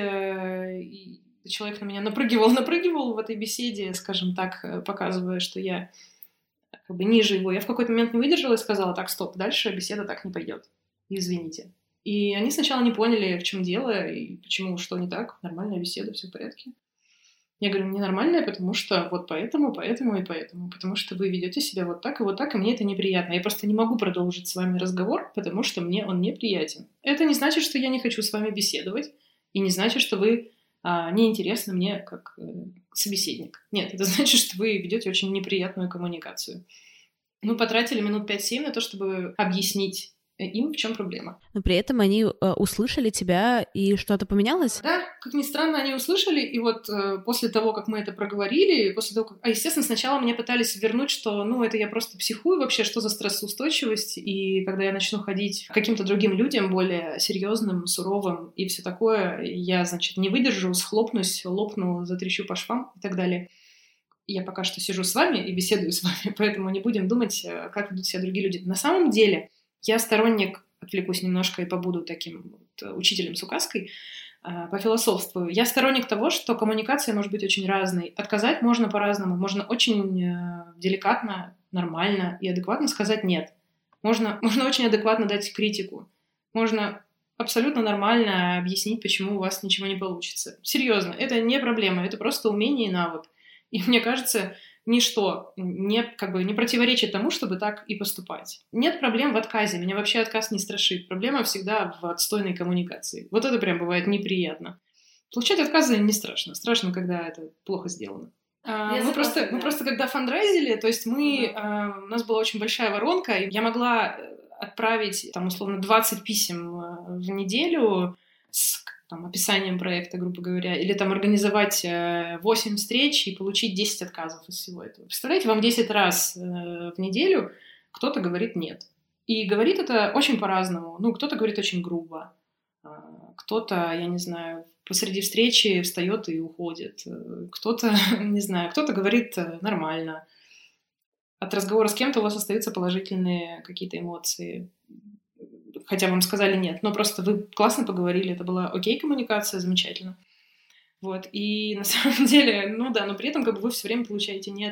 и человек на меня напрыгивал в этой беседе, скажем так, показывая, что я как бы ниже его. Я в какой-то момент не выдержала и сказала: так, стоп, дальше беседа так не пойдет. Извините. И они сначала не поняли, в чем дело и почему, что не так. Нормальная беседа, все в порядке. Я говорю: ненормальная, потому что вот поэтому. Потому что вы ведете себя вот так, и мне это неприятно. Я просто не могу продолжить с вами разговор, потому что мне он неприятен. Это не значит, что я не хочу с вами беседовать, и не значит, что вы неинтересны мне как собеседник. Нет, это значит, что вы ведете очень неприятную коммуникацию. Мы потратили минут 5-7 на то, чтобы объяснить им, в чем проблема. Но при этом они услышали тебя, и что-то поменялось? Да, как ни странно, они услышали, и вот после того, как мы это проговорили, естественно, сначала мне пытались вернуть, что, это я просто психую вообще, что за стрессоустойчивость, и когда я начну ходить к каким-то другим людям, более серьезным, суровым и все такое, я, значит, не выдержу, схлопнусь, лопну, затрещу по швам и так далее. Я пока что сижу с вами и беседую с вами, поэтому не будем думать, как ведут себя другие люди. На самом деле, я сторонник, отвлекусь немножко и побуду таким вот учителем с указкой, пофилософствую. Я сторонник того, что коммуникация может быть очень разной. Отказать можно по-разному. Можно очень деликатно, нормально и адекватно сказать «нет». Можно очень адекватно дать критику. Можно абсолютно нормально объяснить, почему у вас ничего не получится. Серьезно, это не проблема, это просто умение и навык. И мне кажется, ничто не противоречит тому, чтобы так и поступать. Нет проблем в отказе. Меня вообще отказ не страшит. Проблема всегда в отстойной коммуникации. Вот это прям бывает неприятно. Получать отказы не страшно. Страшно, когда это плохо сделано. Мы просто когда фандрайзили, то есть у нас была очень большая воронка, и я могла отправить, условно, 20 писем в неделю с описанием проекта, грубо говоря, или организовать 8 встреч и получить 10 отказов из всего этого. Представляете, вам 10 раз в неделю кто-то говорит «нет». И говорит это очень по-разному. Кто-то говорит очень грубо, кто-то, я не знаю, посреди встречи встает и уходит, кто-то, не знаю, кто-то говорит нормально. От разговора с кем-то у вас остаются положительные какие-то эмоции. Хотя вам сказали нет, но просто вы классно поговорили, это была окей коммуникация, замечательно. Вот, и на самом деле, но при этом вы все время получаете нет.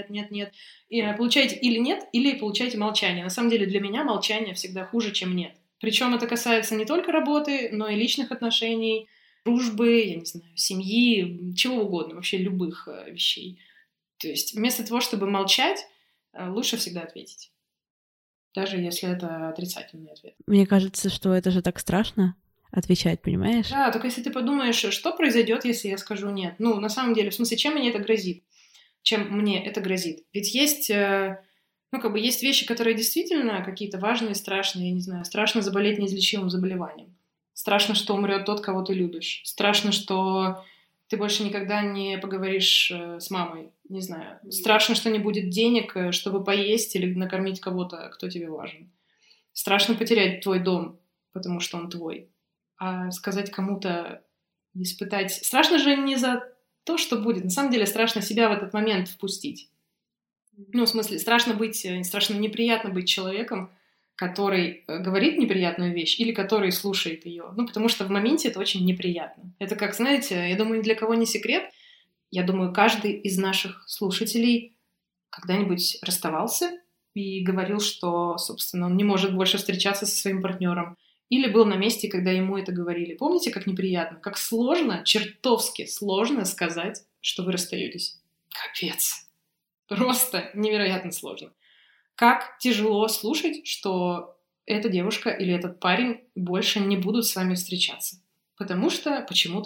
И получаете или нет, или получаете молчание. На самом деле для меня молчание всегда хуже, чем нет. Причем это касается не только работы, но и личных отношений, дружбы, я не знаю, семьи, чего угодно, вообще любых вещей. То есть вместо того, чтобы молчать, лучше всегда ответить. Даже если это отрицательный ответ. Мне кажется, что это же так страшно отвечать, понимаешь? Да, только если ты подумаешь, что произойдет, если я скажу нет. На самом деле, в смысле, чем мне это грозит? Чем мне это грозит? Ведь есть, есть вещи, которые действительно какие-то важные, страшные, я не знаю, страшно заболеть неизлечимым заболеванием. Страшно, что умрет тот, кого ты любишь. Страшно, что ты больше никогда не поговоришь с мамой. Не знаю. Страшно, что не будет денег, чтобы поесть или накормить кого-то, кто тебе важен. Страшно потерять твой дом, потому что он твой. А сказать кому-то, испытать... Страшно же не за то, что будет. На самом деле страшно себя в этот момент впустить. В смысле, страшно неприятно быть человеком, который говорит неприятную вещь или который слушает ее. Потому что в моменте это очень неприятно. Это как, знаете, я думаю, ни для кого не секрет. Я думаю, каждый из наших слушателей когда-нибудь расставался и говорил, что, собственно, он не может больше встречаться со своим партнером. Или был на месте, когда ему это говорили. Помните, как неприятно? Как сложно, чертовски сложно сказать, что вы расстаетесь. Капец. Просто невероятно сложно. Как тяжело слушать, что эта девушка или этот парень больше не будут с вами встречаться. Потому что почему-то там.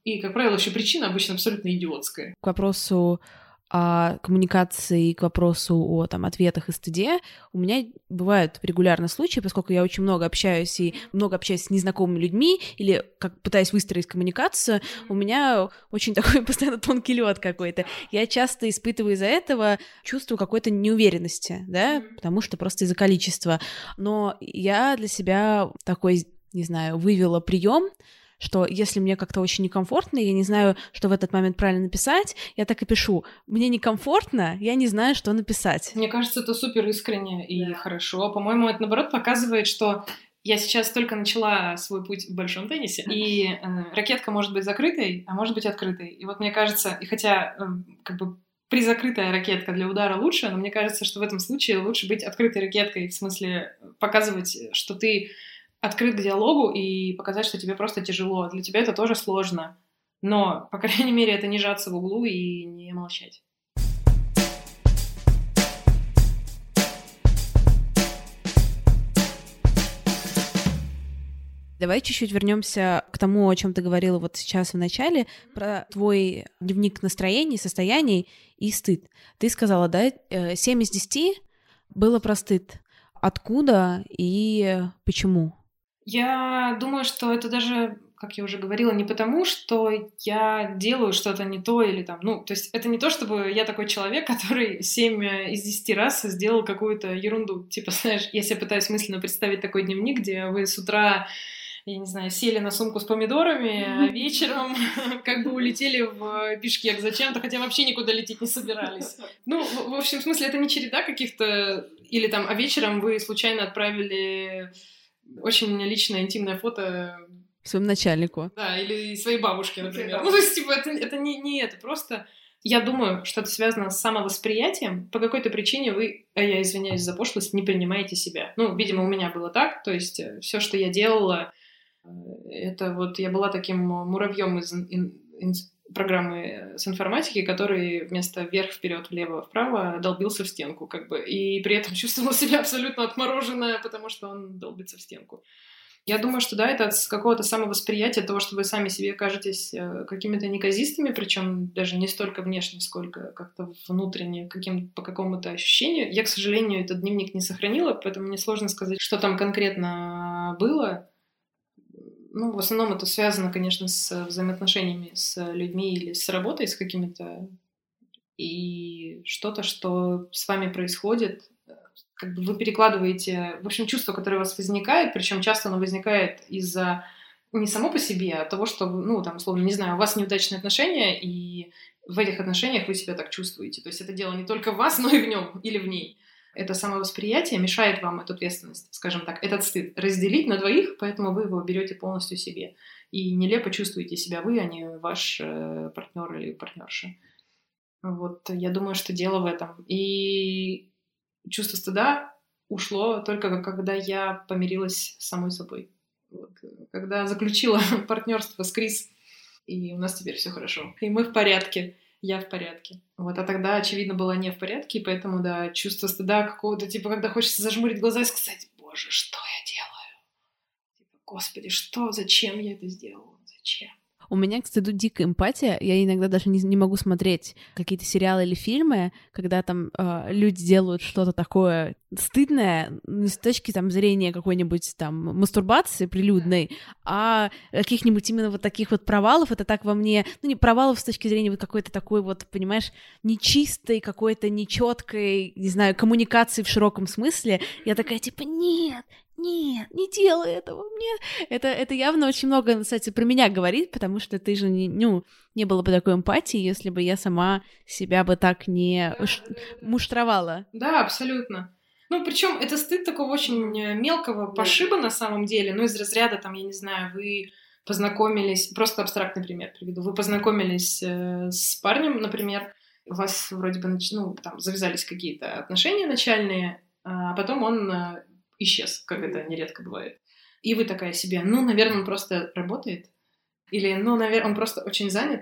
И, как правило, еще причина обычно абсолютно идиотская. К вопросу о коммуникации, к вопросу о ответах и стыде, у меня бывают регулярно случаи, поскольку я очень много общаюсь с незнакомыми людьми или как пытаюсь выстроить коммуникацию, у меня очень такой постоянно тонкий лед какой-то. Я часто испытываю из-за этого чувство какой-то неуверенности, да, потому что просто из-за количества. Но я для себя такой, не знаю, вывела прием, что если мне как-то очень некомфортно, я не знаю, что в этот момент правильно написать, я так и пишу. Мне некомфортно, я не знаю, что написать. Мне кажется, это супер искренне и хорошо. По-моему, это, наоборот, показывает, что я сейчас только начала свой путь в большом теннисе, и ракетка может быть закрытой, а может быть открытой. И вот мне кажется, и хотя призакрытая ракетка для удара лучше, но мне кажется, что в этом случае лучше быть открытой ракеткой, в смысле показывать, что ты открыт к диалогу и показать, что тебе просто тяжело. Для тебя это тоже сложно. Но, по крайней мере, это не жаться в углу и не молчать. Давай чуть-чуть вернемся к тому, о чем ты говорила вот сейчас в начале, про твой дневник настроений, состояний и стыд. Ты сказала, да, 7 из 10 было про стыд. Откуда и почему? Я думаю, что это даже, как я уже говорила, не потому, что я делаю что-то не то или то есть это не то, чтобы я такой человек, который 7 из 10 раз сделал какую-то ерунду. Типа, знаешь, я себе пытаюсь мысленно представить такой дневник, где вы с утра, я не знаю, сели на сумку с помидорами, а вечером улетели в Бишкек зачем-то, хотя вообще никуда лететь не собирались. В общем, в смысле, это не череда каких-то... Или а вечером вы случайно отправили... очень личное, интимное фото своему начальнику. Да, или своей бабушке, например. То есть, это не это. Просто я думаю, что это связано с самовосприятием. По какой-то причине вы, я извиняюсь за пошлость, не принимаете себя. Видимо, у меня было так. То есть, все, что я делала, это я была таким муравьем из программы с информатики, который вместо вверх, вперед, влево, вправо долбился в стенку, и при этом чувствовала себя абсолютно отмороженная, потому что он долбится в стенку. Я думаю, что да, это от какого-то самовосприятия того, что вы сами себе кажетесь какими-то неказистыми, причем даже не столько внешне, сколько как-то внутренне, по какому-то ощущению. Я, к сожалению, этот дневник не сохранила, поэтому мне сложно сказать, что там конкретно было. В основном это связано, конечно, с взаимоотношениями с людьми или с работой, с какими-то... И что-то, что с вами происходит, вы перекладываете... В общем, чувство, которое у вас возникает, причем часто оно возникает из-за не само по себе, а того, что, условно, не знаю, у вас неудачные отношения, и в этих отношениях вы себя так чувствуете. То есть это дело не только в вас, но и в нем или в ней. Это самовосприятие мешает вам эту ответственность, скажем так, этот стыд разделить на двоих, поэтому вы его берете полностью себе. И нелепо чувствуете себя вы, а не ваш партнер или партнерша. Я думаю, что дело в этом. И чувство стыда ушло только когда я помирилась с самой собой. Когда заключила партнерство с Крис, и у нас теперь все хорошо. И мы в порядке. Я в порядке. А тогда, очевидно, была не в порядке, и поэтому, да, чувство стыда какого-то, когда хочется зажмурить глаза и сказать: «Боже, что я делаю?» «Господи, зачем я это сделала? Зачем?» У меня, к стыду, дикая эмпатия. Я иногда даже не могу смотреть какие-то сериалы или фильмы, когда там люди делают что-то такое стыдное, не с точки зрения какой-нибудь мастурбации прилюдной, а каких-нибудь именно таких провалов. Это так во мне... не провалов с точки зрения какой-то такой понимаешь, нечистой, какой-то нечеткой, не знаю, коммуникации в широком смысле. Я такая, нет, не делай этого. Это явно очень много, кстати, про меня говорит, потому что ты же не было бы такой эмпатии, если бы я сама себя бы так не муштровала. Да, абсолютно. Причем это стыд такого очень мелкого пошиба на самом деле, из разряда, я не знаю, вы познакомились, просто абстрактный пример приведу, вы познакомились с парнем, например, у вас вроде бы, завязались какие-то отношения начальные, а потом он исчез, как это нередко бывает. И вы такая себе, наверное, он просто работает, или, наверное, он просто очень занят,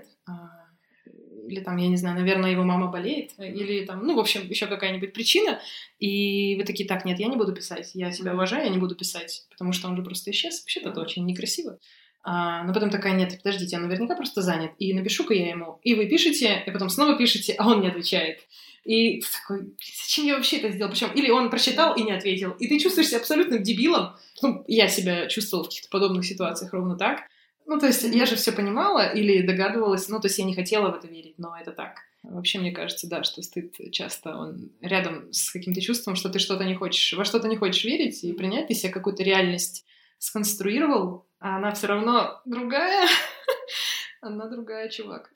или я не знаю, наверное, его мама болеет, или в общем, еще какая-нибудь причина, и вы такие: так, нет, я не буду писать, я себя уважаю, я не буду писать, потому что он же просто исчез. Вообще-то это очень некрасиво. Но потом такая, нет, подождите, он наверняка просто занят. И напишу-ка я ему. И вы пишете, и потом снова пишете, а он не отвечает. И такой, зачем я вообще это сделал? Причем или он прочитал и не ответил. И ты чувствуешь себя абсолютно дебилом. Я себя чувствовала в каких-то подобных ситуациях ровно так. То есть я же все понимала или догадывалась. То есть я не хотела в это верить, но это так. Вообще, мне кажется, да, что стыд часто он рядом с каким-то чувством, что ты что-то не хочешь, во что-то не хочешь верить и принять. Ты себе какую-то реальность сконструировал, а она все равно другая. Она другая, чувак.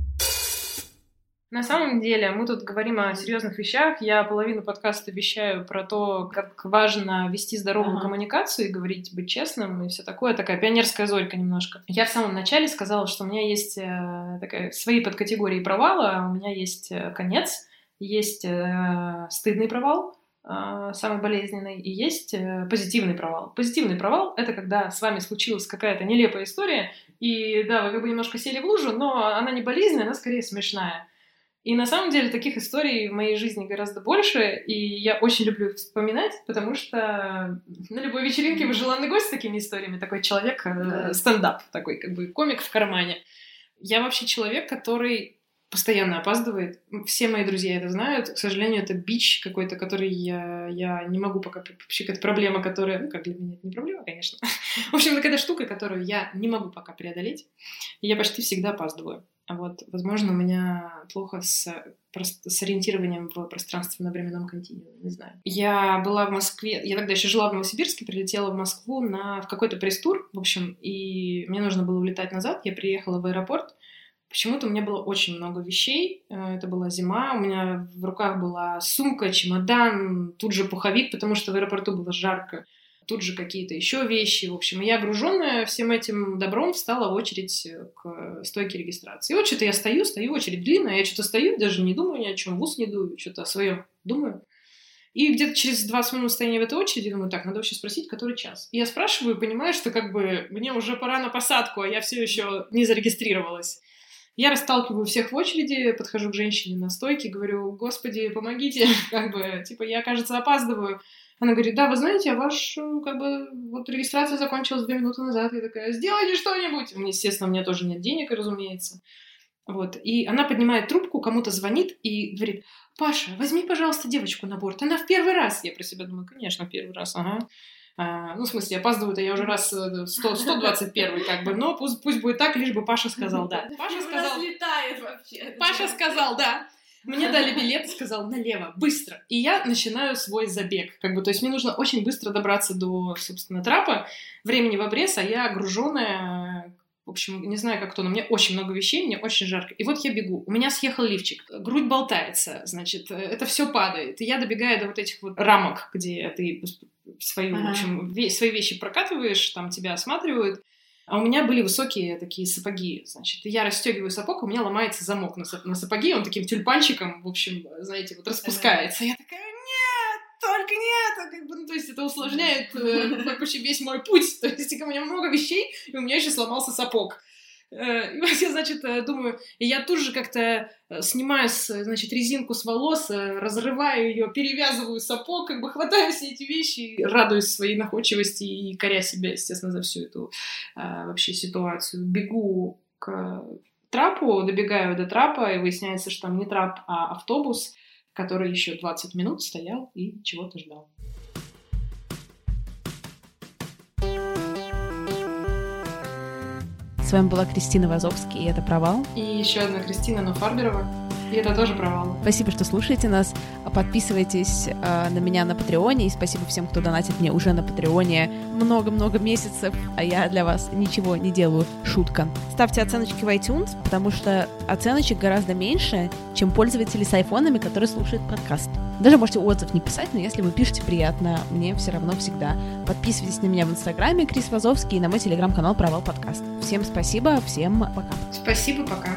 На самом деле, мы тут говорим о серьезных вещах. Я половину подкаста вещаю про то, как важно вести здоровую коммуникацию и говорить, быть честным и все такое. Такая пионерская зорька немножко. Я в самом начале сказала, что у меня есть свои подкатегории провала. У меня есть конец, есть стыдный провал, самый болезненный, и есть позитивный провал. Позитивный провал — это когда с вами случилась какая-то нелепая история, и да, вы как бы немножко сели в лужу, но она не болезненная, она скорее смешная. И на самом деле таких историй в моей жизни гораздо больше, и я очень люблю их вспоминать, потому что на любой вечеринке вы желанный гость с такими историями, такой человек, стендап, такой как бы комик в кармане. Я вообще человек, который постоянно опаздывает. Все мои друзья это знают. К сожалению, это бич какой-то, который я не могу пока... Вообще, это проблема, которая... как для меня это не проблема, конечно. В общем, это какая-то штука, которую я не могу пока преодолеть. И я почти всегда опаздываю. Возможно, у меня плохо с ориентированием в пространственно-временном континууме, не знаю. Я была в Москве, я тогда еще жила в Новосибирске, прилетела в Москву в какой-то пресс-тур, в общем, и мне нужно было улетать назад, я приехала в аэропорт. Почему-то у меня было очень много вещей, это была зима, у меня в руках была сумка, чемодан, тут же пуховик, потому что в аэропорту было жарко. Тут же какие-то еще вещи. В общем, я, груженная всем этим добром, встала в очередь к стойке регистрации. И вот что-то я стою, очередь длинная, я что-то стою, даже не думаю ни о чем, в ус не дую, что-то о своем думаю. И где-то через 20 минут стояния в этой очереди думаю, так, надо вообще спросить, который час. И я спрашиваю, понимаю, что как бы мне уже пора на посадку, а я все еще не зарегистрировалась. Я расталкиваю всех в очереди, подхожу к женщине на стойке, говорю, господи, помогите, я, кажется, опаздываю. Она говорит, да, вы знаете, регистрация закончилась 2 минуты назад. Я такая, сделайте что-нибудь. Естественно, у меня тоже нет денег, разумеется. И она поднимает трубку, кому-то звонит и говорит, Паша, возьми, пожалуйста, девочку на борт. Она в первый раз. Я про себя думаю, конечно, в первый раз, ага. В смысле, опаздываю-то я уже раз 121-й, но пусть будет так, лишь бы Паша сказал да. Паша сказал... летает вообще. Паша сказал да. Мне дали билет, сказал налево, быстро. И я начинаю свой забег. То есть мне нужно очень быстро добраться до, собственно, трапа. Времени в обрез, а я груженная. В общем, не знаю, как то, но мне очень много вещей, мне очень жарко. И я бегу. У меня съехал лифчик. Грудь болтается, это все падает. И я добегаю до этих рамок, где ты свои вещи прокатываешь, там тебя осматривают. А у меня были высокие такие сапоги, я расстегиваю сапог, у меня ломается замок на сапоге, он таким тюльпанчиком, в общем, распускается. Я такая, нет, только нет! То есть это усложняет вообще весь мой путь. То есть у меня много вещей, и у меня еще сломался сапог. И я, думаю, и я тут же как-то снимаю, резинку с волос, разрываю ее, перевязываю сапог, хватаю все эти вещи, радуюсь своей находчивости и коря себя, естественно, за всю эту вообще ситуацию. Бегу к трапу, добегаю до трапа, и выясняется, что там не трап, а автобус, который еще 20 минут стоял и чего-то ждал. С вами была Кристина Вазовский, и это «Провал». И еще одна Кристина, но Фарберова. И это тоже провал. Спасибо, что слушаете нас. Подписывайтесь на меня на Патреоне. И спасибо всем, кто донатит мне уже на Патреоне много-много месяцев, а я для вас ничего не делаю. Шутка. Ставьте оценочки в iTunes, потому что оценочек гораздо меньше, чем пользователи с айфонами, которые слушают подкаст. Даже можете отзыв не писать, но если вы пишете приятно, мне все равно всегда. Подписывайтесь на меня в Инстаграме Крис Вазовский и на мой телеграм-канал «Провал подкаст». Всем спасибо, всем пока. Спасибо, пока.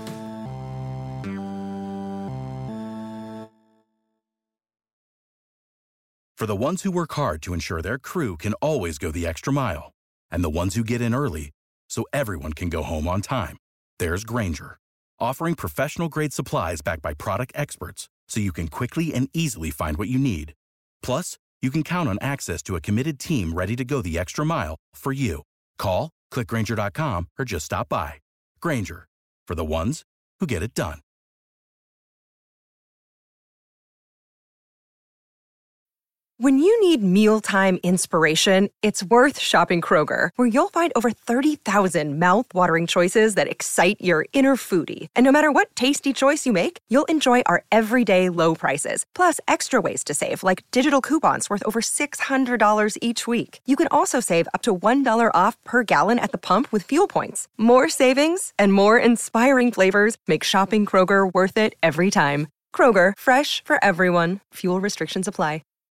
For the ones who work hard to ensure their crew can always go the extra mile, and the ones who get in early so everyone can go home on time, there's Grainger, offering professional-grade supplies backed by product experts so you can quickly and easily find what you need. Plus, you can count on access to a committed team ready to go the extra mile for you. Call, Click Grainger.com or just stop by. Grainger, for the ones who get it done. When you need mealtime inspiration, it's worth shopping Kroger, where you'll find over 30,000 mouth-watering choices that excite your inner foodie. And no matter what tasty choice you make, you'll enjoy our everyday low prices, plus extra ways to save, like digital coupons worth over $600 each week. You can also save up to $1 off per gallon at the pump with fuel points. More savings and more inspiring flavors make shopping Kroger worth it every time. Kroger, fresh for everyone. Fuel restrictions apply.